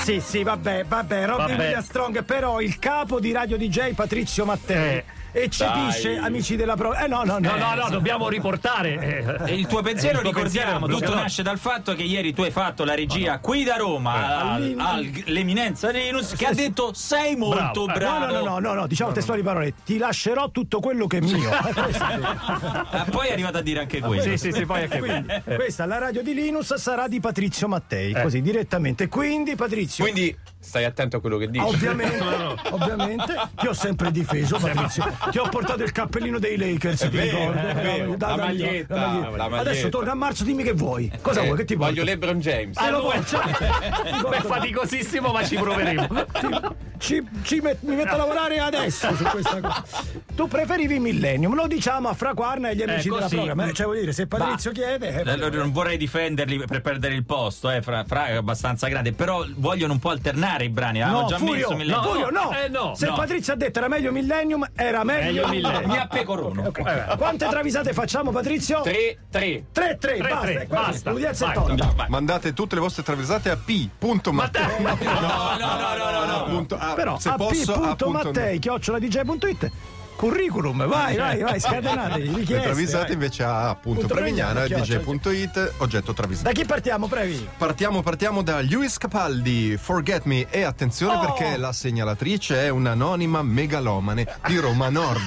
Sì, vabbè, Robby Williams Strong, però il capo di Radio DJ Patrizio Mattei eccepisce amici della prova. No, dobbiamo riportare. E il tuo pensiero, il tuo ricordiamo, pensiero, tutto nasce dal fatto che ieri tu hai fatto la regia qui da Roma all'eminenza Linus, che ha detto sei molto bravo. No, diciamo testuali parole, ti lascerò tutto quello che è mio. Poi è arrivato a dire anche quello. Sì, poi anche quello. Questa, la radio di Linus, sarà di Patrizio Mattei, così direttamente. Quindi Patrizio, stai attento a quello che dici. Ovviamente ti ho sempre difeso, Patrizio. Ti ho portato il cappellino dei Lakers, ti ricordo. La maglietta. Adesso torna a marzo, dimmi che vuoi. Cosa vuoi? Che ti porto? Voglio LeBron James. È faticosissimo, ma ci proveremo. Mi metto a lavorare adesso su questa cosa. Tu preferivi Millennium, lo diciamo a Fraquarna e agli amici della programma. Cioè, vuol dire, se Patrizio chiede. Non vorrei difenderli per perdere il posto, Fra è abbastanza grande, però vogliono un po' alternare i brani. Avevamo già messo Millennium. Furio, no. Se Patrizio ha detto era meglio Millennium, era meglio Millennium. Mi appecorono. Okay. Quante travisate facciamo, Patrizio? 3. Basta. Mandate tutte le vostre travisate a p.mattei. No. Però a p.mattei@dj.it. Curriculum, vai, scatenatevi, richieste. Le travisate invece a @prevignano@dj.it, oggetto travisato. Da chi partiamo, Previ? Partiamo da Lewis Capaldi, Forget Me, e attenzione perché la segnalatrice è un'anonima megalomane di Roma Nord.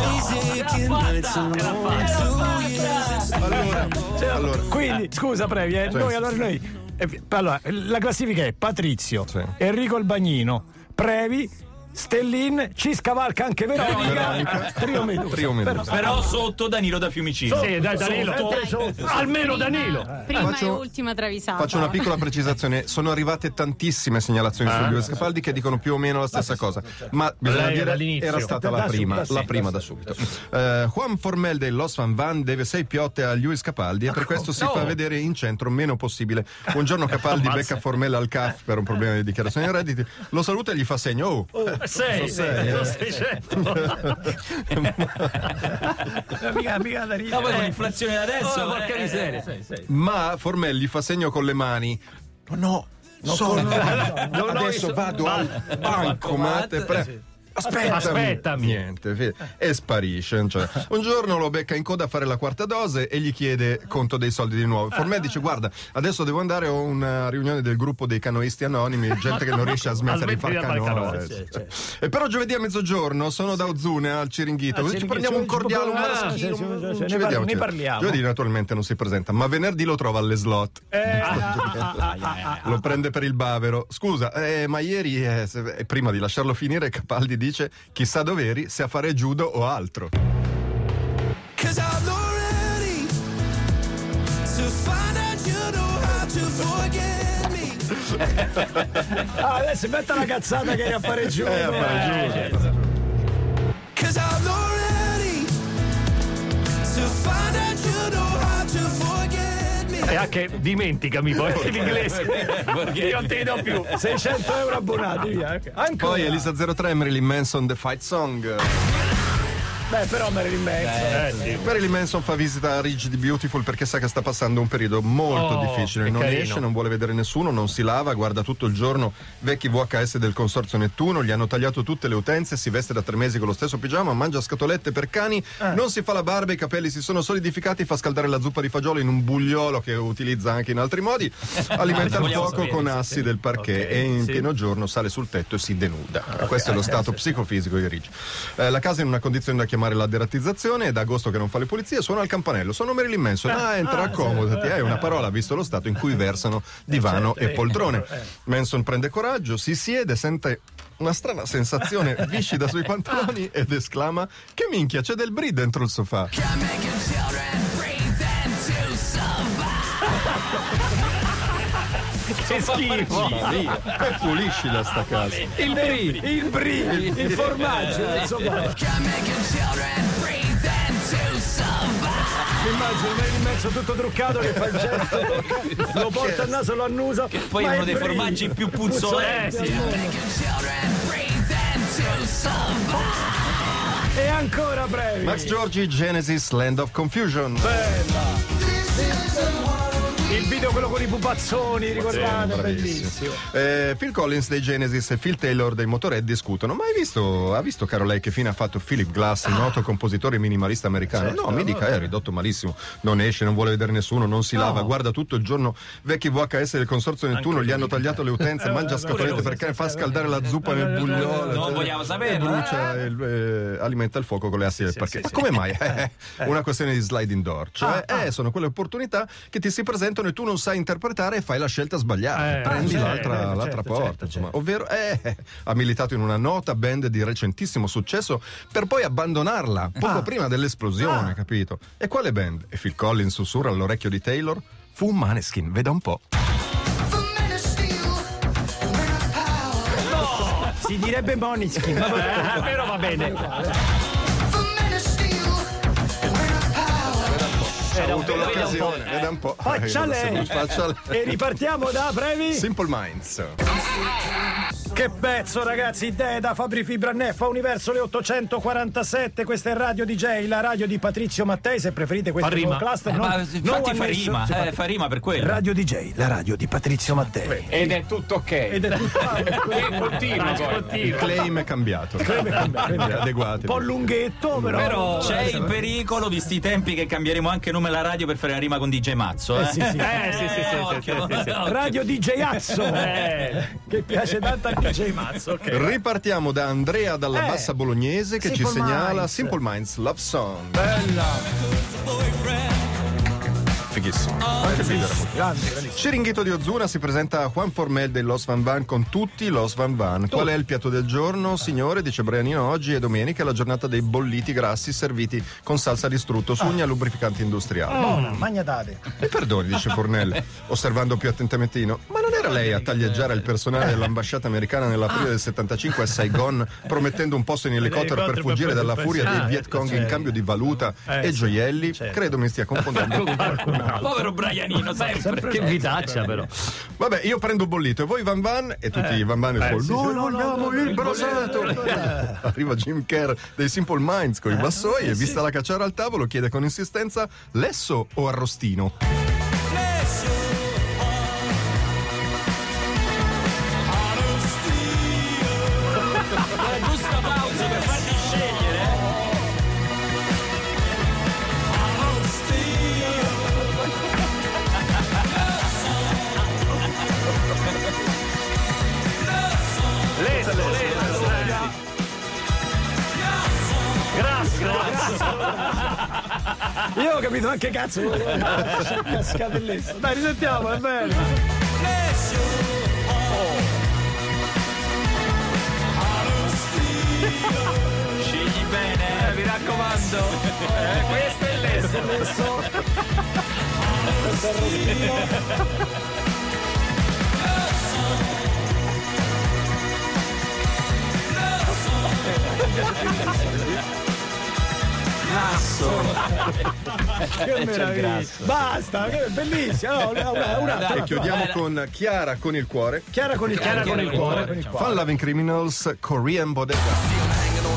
Allora, quindi, scusa Previ, noi la classifica è Patrizio, Enrico il Bagnino, Previ, Stellin, ci scavalca anche Veronica. Trio Medusa. Però sotto Danilo da Fiumicino. Sì, dai, Danilo. Almeno Danilo. Prima e ultima travisata. Faccio una piccola precisazione. Sono arrivate tantissime segnalazioni su Lewis Capaldi che dicono più o meno la stessa cosa. Ma bisogna dire era stata la prima da subito. Juan Formel dei Los Van Van deve 6 piotte a Lewis Capaldi e per questo si fa vedere in centro meno possibile. Un giorno Capaldi becca Formel al CAF per un problema di dichiarazione dei redditi, lo saluta e gli fa segno. 600. Mica da ridere. Poi con l'inflazione adesso, porca miseria. Ma Formel gli fa segno con le mani. Adesso vado al bancomat. Aspettami. Niente, e sparisce. Cioè. Un giorno lo becca in coda a fare la quarta dose e gli chiede conto dei soldi di nuovo. Formel dice: guarda, adesso devo andare a una riunione del gruppo dei canoisti anonimi, gente che non riesce a smettere di far canoa. E però giovedì a mezzogiorno sono da Ozune al Ciringhito, così ci prendiamo un cordiale, un maraschino. Ci vediamo. Ne parliamo. Giovedì naturalmente non si presenta, ma venerdì lo trova alle slot. Lo prende per il bavero. Scusa, ma ieri, prima di lasciarlo finire, Capaldi dice: chissà dove eri, se a fare judo o altro. Adesso metta la cazzata che eri a fare judo. E anche dimenticami poi l'inglese. Io non te ne do più. 600 euro abbonati, via. Poi Elisa 03, Marilyn Manson, The Fight Song. Però Marilyn Manson. Marilyn Manson fa visita a Ridge di Beautiful perché sa che sta passando un periodo molto difficile. Non esce, non vuole vedere nessuno, non si lava, guarda tutto il giorno vecchi VHS del Consorzio Nettuno, gli hanno tagliato tutte le utenze, si veste da 3 mesi con lo stesso pigiama, mangia scatolette per cani, non si fa la barba, i capelli si sono solidificati, fa scaldare la zuppa di fagiolo in un bugliolo che utilizza anche in altri modi, alimenta il fuoco con assi del parquet e in pieno giorno sale sul tetto e si denuda. Questo è lo stato psicofisico di Ridge. La casa è in una condizione da chiamare la deratizzazione, è da agosto che non fa le pulizie, suona il campanello, sono Marilyn Manson, entra, accomodati, è una parola visto lo stato in cui versano divano e poltrone. Manson prende coraggio, si siede, sente una strana sensazione viscida sui pantaloni ed esclama: che minchia, c'è del brie dentro il sofà. Che schifo. E puliscila sta casa. Il brie, il formaggio, insomma. Immagino in mezzo tutto truccato che fa il gesto, lo porta al naso, lo annusa. Che poi è uno dei formaggi più puzzolenti. E ancora Brevi. Max Giorgi, Genesis, Land of Confusion. Bella. Il il video quello con i pupazzoni, ricordate? Bellissimo. Phil Collins dei Genesis e Phil Taylor dei Motorhead discutono. Ma ha visto caro lei che fine ha fatto Philip Glass, il noto compositore minimalista americano? Certo, no, mi dica, è ridotto malissimo, non esce, non vuole vedere nessuno, non si lava, guarda tutto il giorno vecchi VHS del Consorzio Nettuno, gli hanno tagliato le utenze, mangia scatolette perché fa scaldare la zuppa nel bugliolo. Non vogliamo sapere. Brucia, alimenta il fuoco con le assi del parquet. Ma come mai? Una questione di sliding door, cioè sono quelle opportunità che ti si presentano e tu non sai interpretare e fai la scelta sbagliata, prendi l'altra porta, insomma. Ovvero ha militato in una nota band di recentissimo successo per poi abbandonarla poco prima dell'esplosione, capito? E quale band? E Phil Collins sussurra all'orecchio di Taylor: fu un Maneskin, veda un po'. Si direbbe Moniskin, però va bene. Ha avuto l'occasione, veda un po'. Faccia lei. E ripartiamo da Previ. Simple Minds. Che pezzo, ragazzi, idee da Fabri Fibra Neffa, Universo le 847. Questa è Radio DJ, la radio di Patrizio Mattei. Se preferite questo nuovo cluster, infatti fa rima per quello. Radio DJ, la radio di Patrizio Mattei. Ed è tutto ok. Ed è tutto continua. Il claim è cambiato. Quindi adeguate. Un po' lunghetto, però c'è il pericolo, visti i tempi, che cambieremo anche nome alla radio per fare la rima con DJ Mazzo. Sì. Radio DJ Azzo, che piace tanto a DJ Mazzo. Okay. Ripartiamo da Andrea dalla Bassa Bolognese che Simple ci segnala Minds. Simple Minds Love Song. Bella. Fighissimo. Ciringhito di Ozuna si presenta a Juan Formel dei Los Van Van con tutti Los Van Van. Qual è il piatto del giorno, signore? Dice Brianino, oggi è domenica, è la giornata dei bolliti grassi serviti con salsa di strutto, sugna, lubrificanti industriali. Buona, magnatate. E perdoni, dice Fornelli, osservando più attentamente Ino, ma non era lei a taglieggiare il personale dell'ambasciata americana nell'aprile del 75 a Saigon, promettendo un posto in elicottero per fuggire dalla furia dei Viet Cong in cambio di valuta e gioielli? Credo mi stia confondendo con qualcuno. Povero Brianino, sempre. Che vitaccia, però. Vabbè, io prendo bollito e voi Van Van e tutti i Van Van e noi vogliamo il brasato. Arriva Jim Kerr dei Simple Minds con i vassoi e vista la cacciara al tavolo chiede con insistenza: lesso o arrostino? La giusta pausa per farti scegliere. Io ho capito anche cazzo. Cascatellezzo. Dai, risentiamo, è bello. Scegli bene, mi raccomando. Questo è l'esso. Questo è il rosino. Che meraviglia. Basta, che bellissimo. E chiudiamo con Chiara con il cuore. Chiara con il cuore. Fun Loving Criminals, Korean Bodega.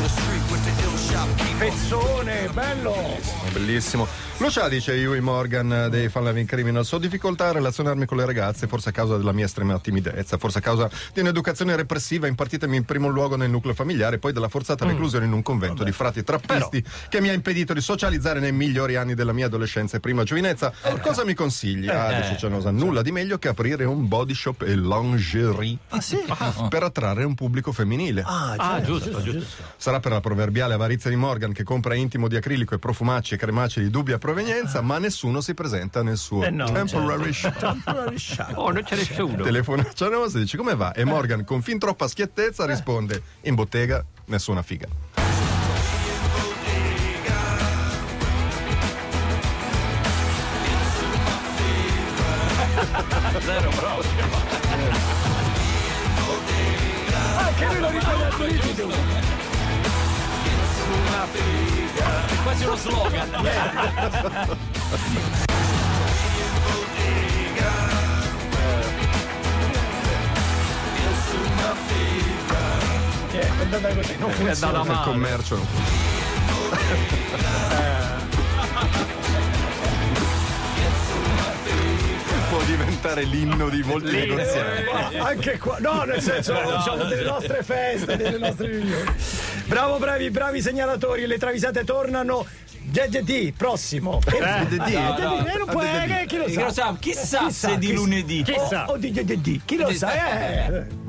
Pezzone, bello. Bellissimo. Lucia dice Huey Morgan dei Fun Loving Criminals: ho difficoltà a relazionarmi con le ragazze, forse a causa della mia estrema timidezza, forse a causa di un'educazione repressiva impartitami in primo luogo nel nucleo familiare, poi della forzata reclusione in un convento di frati trappisti che mi ha impedito di socializzare nei migliori anni della mia adolescenza e prima giovinezza. Cosa mi consigli? Dice Cianosa, nulla di meglio che aprire un body shop e lingerie per attrarre un pubblico femminile. Giusto. Sarà per la proverbiale avarizia di Morgan che compra intimo di acrilico e profumacci e cremacci di dubbia provenienza, ma nessuno si presenta nel suo temporary shop. Oh, non c'è nessuno. Telefona a Cianosa e dice come va? E Morgan con fin troppa schiettezza risponde: in bottega nessuna figa. Zero proprio. Che lui lo ricorda Una figa. È quasi uno slogan. È andata così, non funziona. Il commercio. Il può diventare l'inno di molti negozianti. Anche qua, no, nel senso, diciamo delle nostre feste, delle nostre riunioni. Bravo, bravi segnalatori, le travisate tornano. GGD prossimo. Non può, chi lo sa? Chissà se di lunedì. Chissà. O di GGD, chi lo sa?